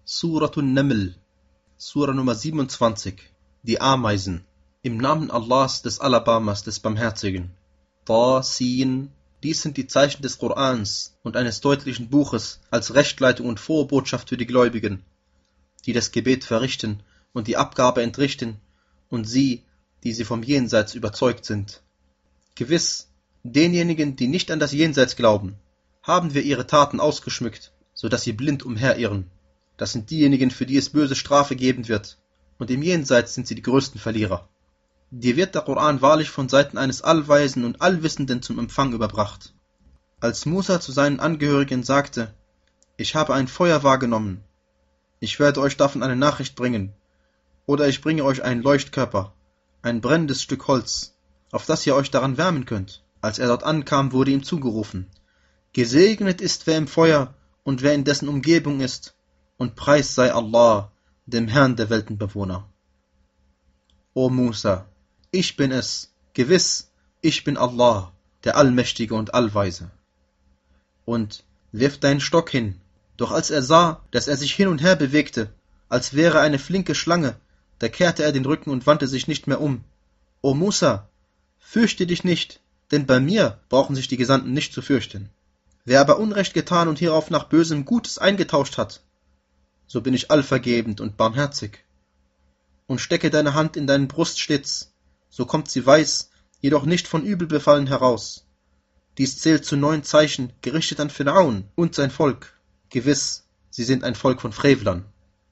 Suratun Naml, Sura Nummer 27, die Ameisen. Im Namen Allahs, des Alabamas, des Barmherzigen. Sin. Dies sind die Zeichen des Korans und eines deutlichen Buches als Rechtleitung und Vorbotschaft für die Gläubigen, die das Gebet verrichten und die Abgabe entrichten, und sie, die sie vom Jenseits überzeugt sind. Gewiss, denjenigen, die nicht an das Jenseits glauben, haben wir ihre Taten ausgeschmückt, so dass sie blind umherirren. Das sind diejenigen, für die es böse Strafe geben wird, und im Jenseits sind sie die größten Verlierer. Dir wird der Koran wahrlich von Seiten eines Allweisen und Allwissenden zum Empfang überbracht. Als Musa zu seinen Angehörigen sagte: Ich habe ein Feuer wahrgenommen, ich werde euch davon eine Nachricht bringen, oder ich bringe euch einen Leuchtkörper, ein brennendes Stück Holz, auf das ihr euch daran wärmen könnt. Als er dort ankam, wurde ihm zugerufen: Gesegnet ist, wer im Feuer und wer in dessen Umgebung ist, und Preis sei Allah, dem Herrn der Weltenbewohner. O Musa, ich bin es, gewiss, ich bin Allah, der Allmächtige und Allweise. Und wirf deinen Stock hin. Doch als er sah, dass er sich hin und her bewegte, als wäre eine flinke Schlange, da kehrte er den Rücken und wandte sich nicht mehr um. O Musa, fürchte dich nicht, denn bei mir brauchen sich die Gesandten nicht zu fürchten. Wer aber Unrecht getan und hierauf nach Bösem Gutes eingetauscht hat, so bin ich allvergebend und barmherzig. Und stecke deine Hand in deinen Brustschlitz, so kommt sie weiß, jedoch nicht von Übel befallen heraus. Dies zählt zu 9 Zeichen, gerichtet an Pharaon und sein Volk. Gewiss, sie sind ein Volk von Frevlern.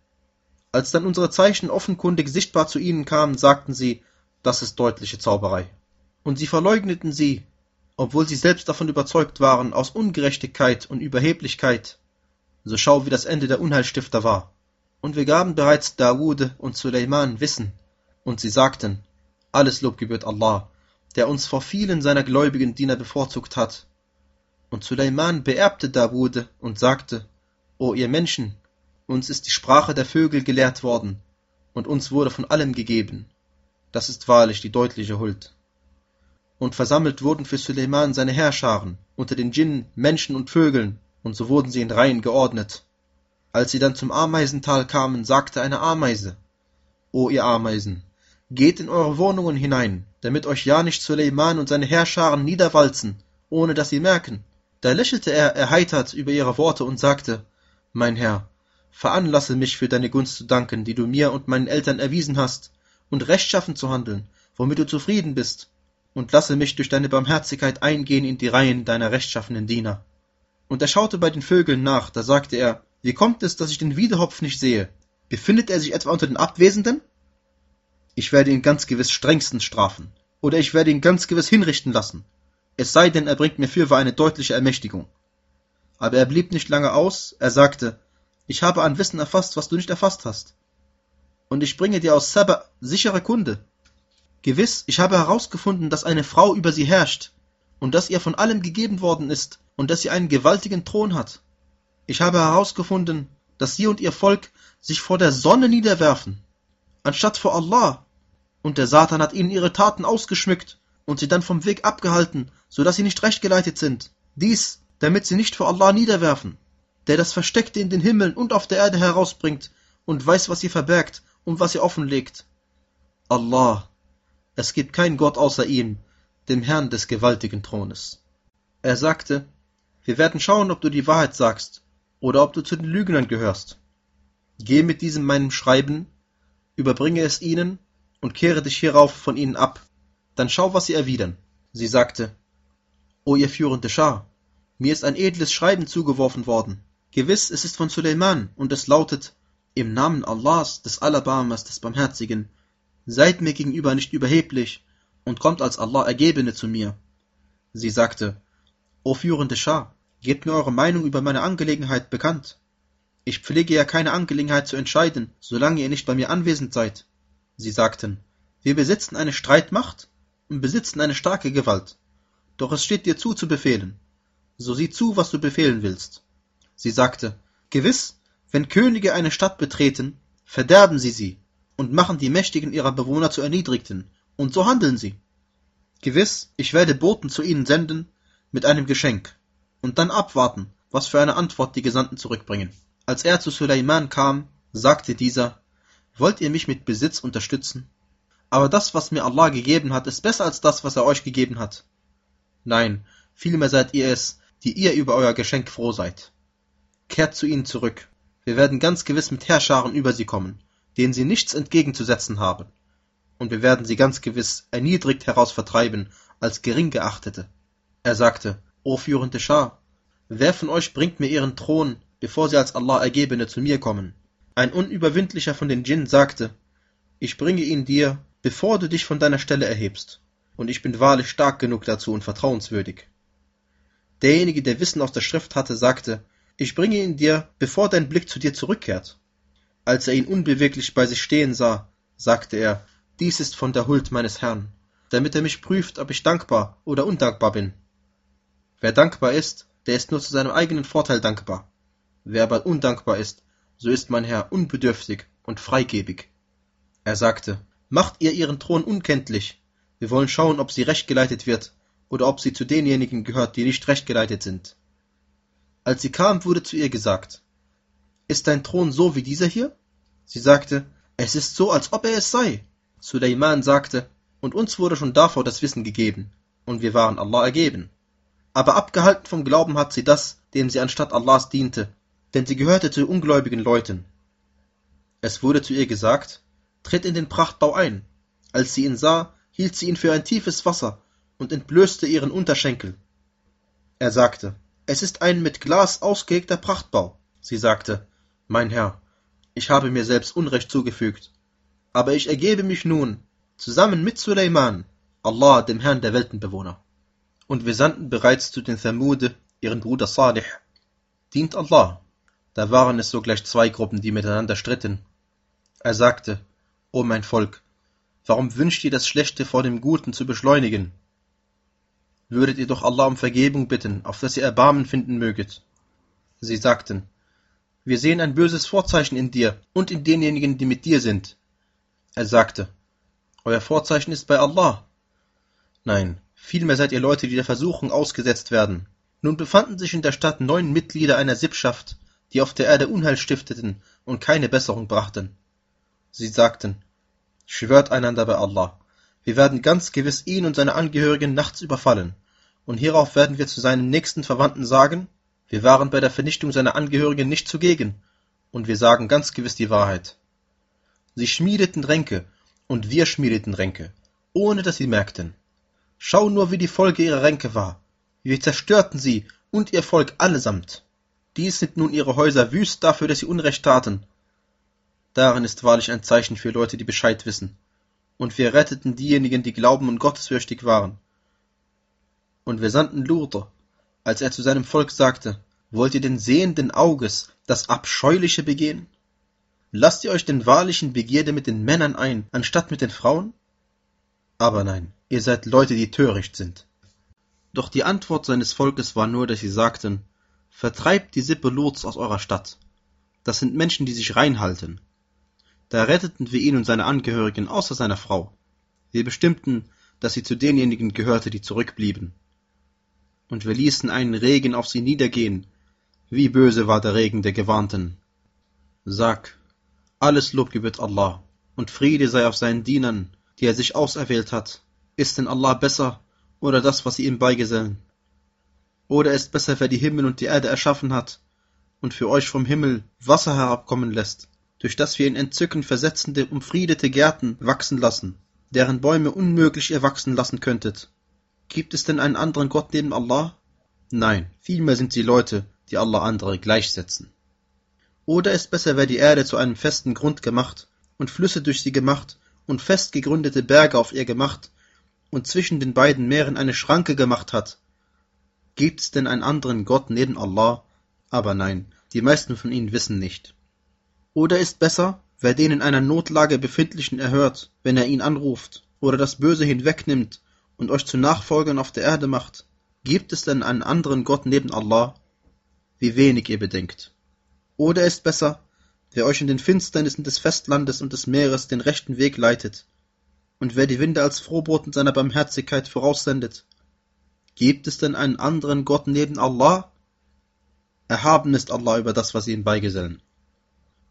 Als dann unsere Zeichen offenkundig sichtbar zu ihnen kamen, sagten sie, das ist deutliche Zauberei. Und sie verleugneten sie, obwohl sie selbst davon überzeugt waren, aus Ungerechtigkeit und Überheblichkeit. So schau, wie das Ende der Unheilstifter war. Und wir gaben bereits Dawud und Suleiman Wissen, und sie sagten: Alles Lob gebührt Allah, der uns vor vielen seiner gläubigen Diener bevorzugt hat. Und Suleiman beerbte Dawud und sagte: O ihr Menschen, uns ist die Sprache der Vögel gelehrt worden, und uns wurde von allem gegeben. Das ist wahrlich die deutliche Huld. Und versammelt wurden für Suleiman seine Heerscharen unter den Djinnen, Menschen und Vögeln, und so wurden sie in Reihen geordnet. Als sie dann zum Ameisental kamen, sagte eine Ameise: O ihr Ameisen, geht in eure Wohnungen hinein, damit euch ja nicht Suleiman und seine Heerscharen niederwalzen, ohne dass sie merken. Da lächelte er erheitert über ihre Worte und sagte: Mein Herr, veranlasse mich für deine Gunst zu danken, die du mir und meinen Eltern erwiesen hast, und rechtschaffen zu handeln, womit du zufrieden bist, und lasse mich durch deine Barmherzigkeit eingehen in die Reihen deiner rechtschaffenen Diener. Und er schaute bei den Vögeln nach, da sagte er: Wie kommt es, dass ich den Wiedehopf nicht sehe? Befindet er sich etwa unter den Abwesenden? Ich werde ihn ganz gewiss strengstens strafen, oder ich werde ihn ganz gewiss hinrichten lassen, es sei denn, er bringt mir fürwahr eine deutliche Ermächtigung. Aber er blieb nicht lange aus, er sagte: Ich habe an Wissen erfasst, was du nicht erfasst hast. Und ich bringe dir aus Saba sichere Kunde. Gewiss, ich habe herausgefunden, dass eine Frau über sie herrscht, und dass ihr von allem gegeben worden ist, und dass sie einen gewaltigen Thron hat. Ich habe herausgefunden, dass sie und ihr Volk sich vor der Sonne niederwerfen, anstatt vor Allah, und der Satan hat ihnen ihre Taten ausgeschmückt und sie dann vom Weg abgehalten, so dass sie nicht recht geleitet sind. Dies, damit sie nicht vor Allah niederwerfen, der das Versteckte in den Himmeln und auf der Erde herausbringt und weiß, was ihr verbergt und was ihr offenlegt. Allah, es gibt keinen Gott außer ihm, dem Herrn des gewaltigen Thrones. Er sagte: Wir werden schauen, ob du die Wahrheit sagst, oder ob du zu den Lügnern gehörst. Geh mit diesem meinem Schreiben, überbringe es ihnen und kehre dich hierauf von ihnen ab. Dann schau, was sie erwidern. Sie sagte: O ihr führende Schar, mir ist ein edles Schreiben zugeworfen worden. Gewiss, es ist von Suleiman, und es lautet: Im Namen Allahs, des Alabamas, des Barmherzigen, seid mir gegenüber nicht überheblich und kommt als Allah Ergebene zu mir. Sie sagte: O führende Schar, gebt mir eure Meinung über meine Angelegenheit bekannt. Ich pflege ja keine Angelegenheit zu entscheiden, solange ihr nicht bei mir anwesend seid. Sie sagten: Wir besitzen eine Streitmacht und besitzen eine starke Gewalt. Doch es steht dir zu befehlen. So sieh zu, was du befehlen willst. Sie sagte: Gewiss, wenn Könige eine Stadt betreten, verderben sie und machen die Mächtigen ihrer Bewohner zu Erniedrigten, und so handeln sie. Gewiss, ich werde Boten zu ihnen senden mit einem Geschenk, und dann abwarten, was für eine Antwort die Gesandten zurückbringen. Als er zu Suleiman kam, sagte dieser: Wollt ihr mich mit Besitz unterstützen? Aber das, was mir Allah gegeben hat, ist besser als das, was er euch gegeben hat. Nein, vielmehr seid ihr es, die ihr über euer Geschenk froh seid. Kehrt zu ihnen zurück. Wir werden ganz gewiss mit Heerscharen über sie kommen, denen sie nichts entgegenzusetzen haben. Und wir werden sie ganz gewiss erniedrigt heraus vertreiben, als gering geachtete. Er sagte: O führende Schar, wer von euch bringt mir ihren Thron, bevor sie als Allah Ergebene zu mir kommen? Ein Unüberwindlicher von den Djinn sagte: Ich bringe ihn dir, bevor du dich von deiner Stelle erhebst, und ich bin wahrlich stark genug dazu und vertrauenswürdig. Derjenige, der Wissen aus der Schrift hatte, sagte: Ich bringe ihn dir, bevor dein Blick zu dir zurückkehrt. Als er ihn unbeweglich bei sich stehen sah, sagte er: Dies ist von der Huld meines Herrn, damit er mich prüft, ob ich dankbar oder undankbar bin. Wer dankbar ist, der ist nur zu seinem eigenen Vorteil dankbar. Wer aber undankbar ist, so ist mein Herr unbedürftig und freigebig. Er sagte: Macht ihr ihren Thron unkenntlich. Wir wollen schauen, ob sie recht geleitet wird oder ob sie zu denjenigen gehört, die nicht recht geleitet sind. Als sie kam, wurde zu ihr gesagt: Ist dein Thron so wie dieser hier? Sie sagte: Es ist so, als ob er es sei. Suleiman sagte: Und uns wurde schon davor das Wissen gegeben, und wir waren Allah ergeben. Aber abgehalten vom Glauben hat sie das, dem sie anstatt Allahs diente, denn sie gehörte zu ungläubigen Leuten. Es wurde zu ihr gesagt: Tritt in den Prachtbau ein. Als sie ihn sah, hielt sie ihn für ein tiefes Wasser und entblößte ihren Unterschenkel. Er sagte: Es ist ein mit Glas ausgelegter Prachtbau. Sie sagte: Mein Herr, ich habe mir selbst Unrecht zugefügt, aber ich ergebe mich nun, zusammen mit Suleiman, Allah, dem Herrn der Weltenbewohner. Und wir sandten bereits zu den Thamude ihren Bruder Salih: Dient Allah. Da waren es sogleich zwei Gruppen, die miteinander stritten. Er sagte: O mein Volk, warum wünscht ihr das Schlechte vor dem Guten zu beschleunigen? Würdet ihr doch Allah um Vergebung bitten, auf dass ihr Erbarmen finden möget. Sie sagten: Wir sehen ein böses Vorzeichen in dir und in denjenigen, die mit dir sind. Er sagte: Euer Vorzeichen ist bei Allah. Nein, vielmehr seid ihr Leute, die der Versuchung ausgesetzt werden. Nun befanden sich in der Stadt 9 Mitglieder einer Sippschaft, die auf der Erde Unheil stifteten und keine Besserung brachten. Sie sagten: Schwört einander bei Allah, wir werden ganz gewiss ihn und seine Angehörigen nachts überfallen, und hierauf werden wir zu seinen nächsten Verwandten sagen: Wir waren bei der Vernichtung seiner Angehörigen nicht zugegen, und wir sagen ganz gewiss die Wahrheit. Sie schmiedeten Ränke, und wir schmiedeten Ränke, ohne dass sie merkten. Schau nur, wie die Folge ihrer Ränke war. Wir zerstörten sie und ihr Volk allesamt. Dies sind nun ihre Häuser wüst dafür, dass sie Unrecht taten. Darin ist wahrlich ein Zeichen für Leute, die Bescheid wissen. Und wir retteten diejenigen, die glauben und gottesfürchtig waren. Und wir sandten Lut, als er zu seinem Volk sagte: Wollt ihr denn sehenden Auges das Abscheuliche begehen? Lasst ihr euch den wahrlichen Begierde mit den Männern ein, anstatt mit den Frauen? Aber nein, ihr seid Leute, die töricht sind. Doch die Antwort seines Volkes war nur, dass sie sagten: Vertreibt die Sippe Luts aus eurer Stadt. Das sind Menschen, die sich reinhalten. Da retteten wir ihn und seine Angehörigen außer seiner Frau. Wir bestimmten, dass sie zu denjenigen gehörte, die zurückblieben. Und wir ließen einen Regen auf sie niedergehen. Wie böse war der Regen der Gewarnten. Sag: Alles Lob gebührt Allah, und Friede sei auf seinen Dienern, die er sich auserwählt hat. Ist denn Allah besser, oder das, was sie ihm beigesellen? Oder ist besser, wer die Himmel und die Erde erschaffen hat und für euch vom Himmel Wasser herabkommen lässt, durch das wir in Entzücken versetzende, umfriedete Gärten wachsen lassen, deren Bäume unmöglich ihr wachsen lassen könntet. Gibt es denn einen anderen Gott neben Allah? Nein, vielmehr sind sie Leute, die Allah andere gleichsetzen. Oder ist besser, wer die Erde zu einem festen Grund gemacht und Flüsse durch sie gemacht und fest gegründete Berge auf ihr gemacht und zwischen den beiden Meeren eine Schranke gemacht hat? Gibt es denn einen anderen Gott neben Allah? Aber nein, die meisten von ihnen wissen nicht. Oder ist besser, wer den in einer Notlage Befindlichen erhört, wenn er ihn anruft, oder das Böse hinwegnimmt und euch zu Nachfolgern auf der Erde macht? Gibt es denn einen anderen Gott neben Allah? Wie wenig ihr bedenkt. Oder ist besser, wer euch in den Finsternissen des Festlandes und des Meeres den rechten Weg leitet, und wer die Winde als Frohboten seiner Barmherzigkeit voraussendet? Gibt es denn einen anderen Gott neben Allah? Erhaben ist Allah über das, was sie ihm beigesellen.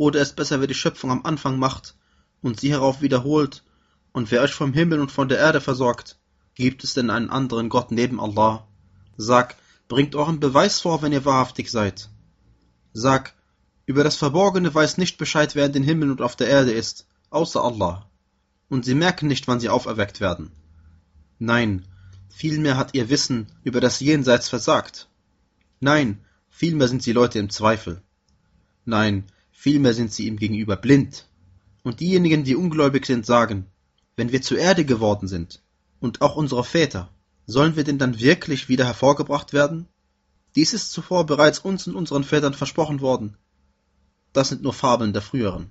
Oder ist besser, wer die Schöpfung am Anfang macht und sie hierauf wiederholt, und wer euch vom Himmel und von der Erde versorgt? Gibt es denn einen anderen Gott neben Allah? Sag, bringt euren Beweis vor, wenn ihr wahrhaftig seid. Sag, über das Verborgene weiß nicht Bescheid, wer in den Himmel und auf der Erde ist, außer Allah. Und sie merken nicht, wann sie auferweckt werden. Nein, vielmehr hat ihr Wissen über das Jenseits versagt. Nein, vielmehr sind sie Leute im Zweifel. Nein, vielmehr sind sie ihm gegenüber blind. Und diejenigen, die ungläubig sind, sagen, wenn wir zur Erde geworden sind, und auch unsere Väter, sollen wir denn dann wirklich wieder hervorgebracht werden? Dies ist zuvor bereits uns und unseren Vätern versprochen worden. Das sind nur Fabeln der früheren.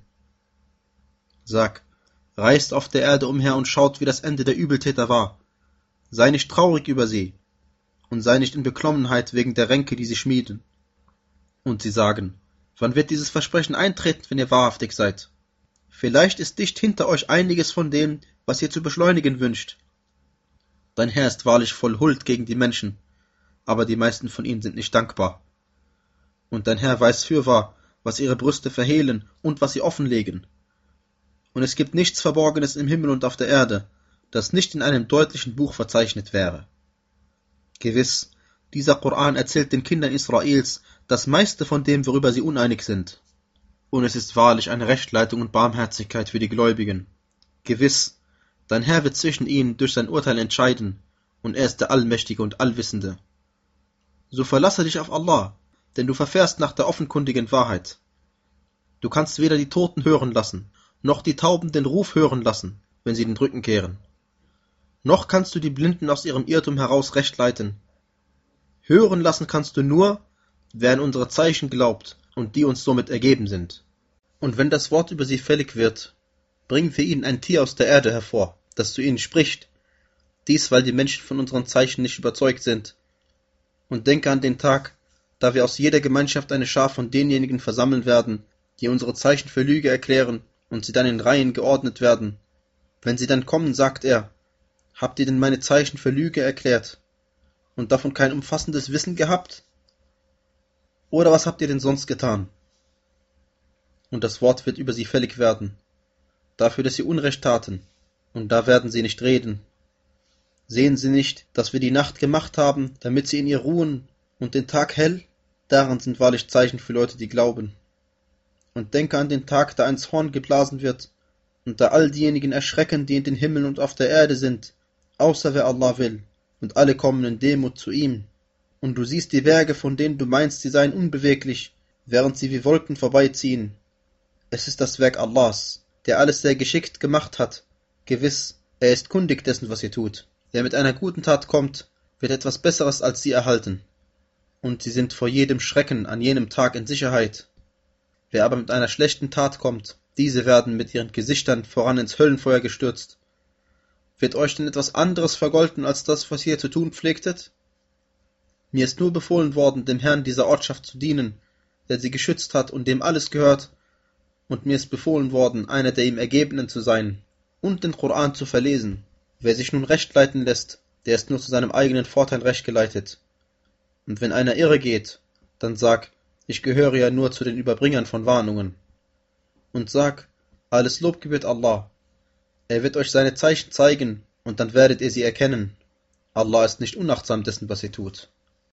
Sag, reist auf der Erde umher und schaut, wie das Ende der Übeltäter war. Sei nicht traurig über sie, und sei nicht in Beklommenheit wegen der Ränke, die sie schmieden. Und sie sagen, wann wird dieses Versprechen eintreten, wenn ihr wahrhaftig seid? Vielleicht ist dicht hinter euch einiges von dem, was ihr zu beschleunigen wünscht. Dein Herr ist wahrlich voll Huld gegen die Menschen, aber die meisten von ihnen sind nicht dankbar. Und dein Herr weiß fürwahr, was ihre Brüste verhehlen und was sie offenlegen. Und es gibt nichts Verborgenes im Himmel und auf der Erde, das nicht in einem deutlichen Buch verzeichnet wäre. Gewiss, dieser Koran erzählt den Kindern Israels das meiste von dem, worüber sie uneinig sind. Und es ist wahrlich eine Rechtleitung und Barmherzigkeit für die Gläubigen. Gewiss, dein Herr wird zwischen ihnen durch sein Urteil entscheiden, und er ist der Allmächtige und Allwissende. So verlasse dich auf Allah, denn du verfährst nach der offenkundigen Wahrheit. Du kannst weder die Toten hören lassen, noch die Tauben den Ruf hören lassen, wenn sie den Rücken kehren. Noch kannst du die Blinden aus ihrem Irrtum heraus recht leiten. Hören lassen kannst du nur, wer an unsere Zeichen glaubt und die uns somit ergeben sind. Und wenn das Wort über sie fällig wird, bringen wir ihnen ein Tier aus der Erde hervor, das zu ihnen spricht. Dies, weil die Menschen von unseren Zeichen nicht überzeugt sind. Und denke an den Tag, da wir aus jeder Gemeinschaft eine Schar von denjenigen versammeln werden, die unsere Zeichen für Lüge erklären und sie dann in Reihen geordnet werden. Wenn sie dann kommen, sagt er, habt ihr denn meine Zeichen für Lüge erklärt und davon kein umfassendes Wissen gehabt? Oder was habt ihr denn sonst getan? Und das Wort wird über sie fällig werden, dafür, dass sie Unrecht taten, und da werden sie nicht reden. Sehen sie nicht, dass wir die Nacht gemacht haben, damit sie in ihr ruhen, und den Tag hell? Daran sind wahrlich Zeichen für Leute, die glauben. Und denke an den Tag, da ins Horn geblasen wird, und da all diejenigen erschrecken, die in den Himmel und auf der Erde sind, außer wer Allah will, und alle kommen in Demut zu ihm. Und du siehst die Berge, von denen du meinst, sie seien unbeweglich, während sie wie Wolken vorbeiziehen. Es ist das Werk Allahs, der alles sehr geschickt gemacht hat. Gewiss, er ist kundig dessen, was ihr tut. Wer mit einer guten Tat kommt, wird etwas Besseres als sie erhalten. Und sie sind vor jedem Schrecken an jenem Tag in Sicherheit. Wer aber mit einer schlechten Tat kommt, diese werden mit ihren Gesichtern voran ins Höllenfeuer gestürzt. Wird euch denn etwas anderes vergolten als das, was ihr zu tun pflegtet? Mir ist nur befohlen worden, dem Herrn dieser Ortschaft zu dienen, der sie geschützt hat und dem alles gehört, und mir ist befohlen worden, einer der ihm Ergebenen zu sein und den Koran zu verlesen. Wer sich nun recht leiten lässt, der ist nur zu seinem eigenen Vorteil recht geleitet. Und wenn einer irre geht, dann sag, ich gehöre ja nur zu den Überbringern von Warnungen. Und sag, alles Lob gebührt Allah. Er wird euch seine Zeichen zeigen, und dann werdet ihr sie erkennen. Allah ist nicht unachtsam dessen, was ihr tut.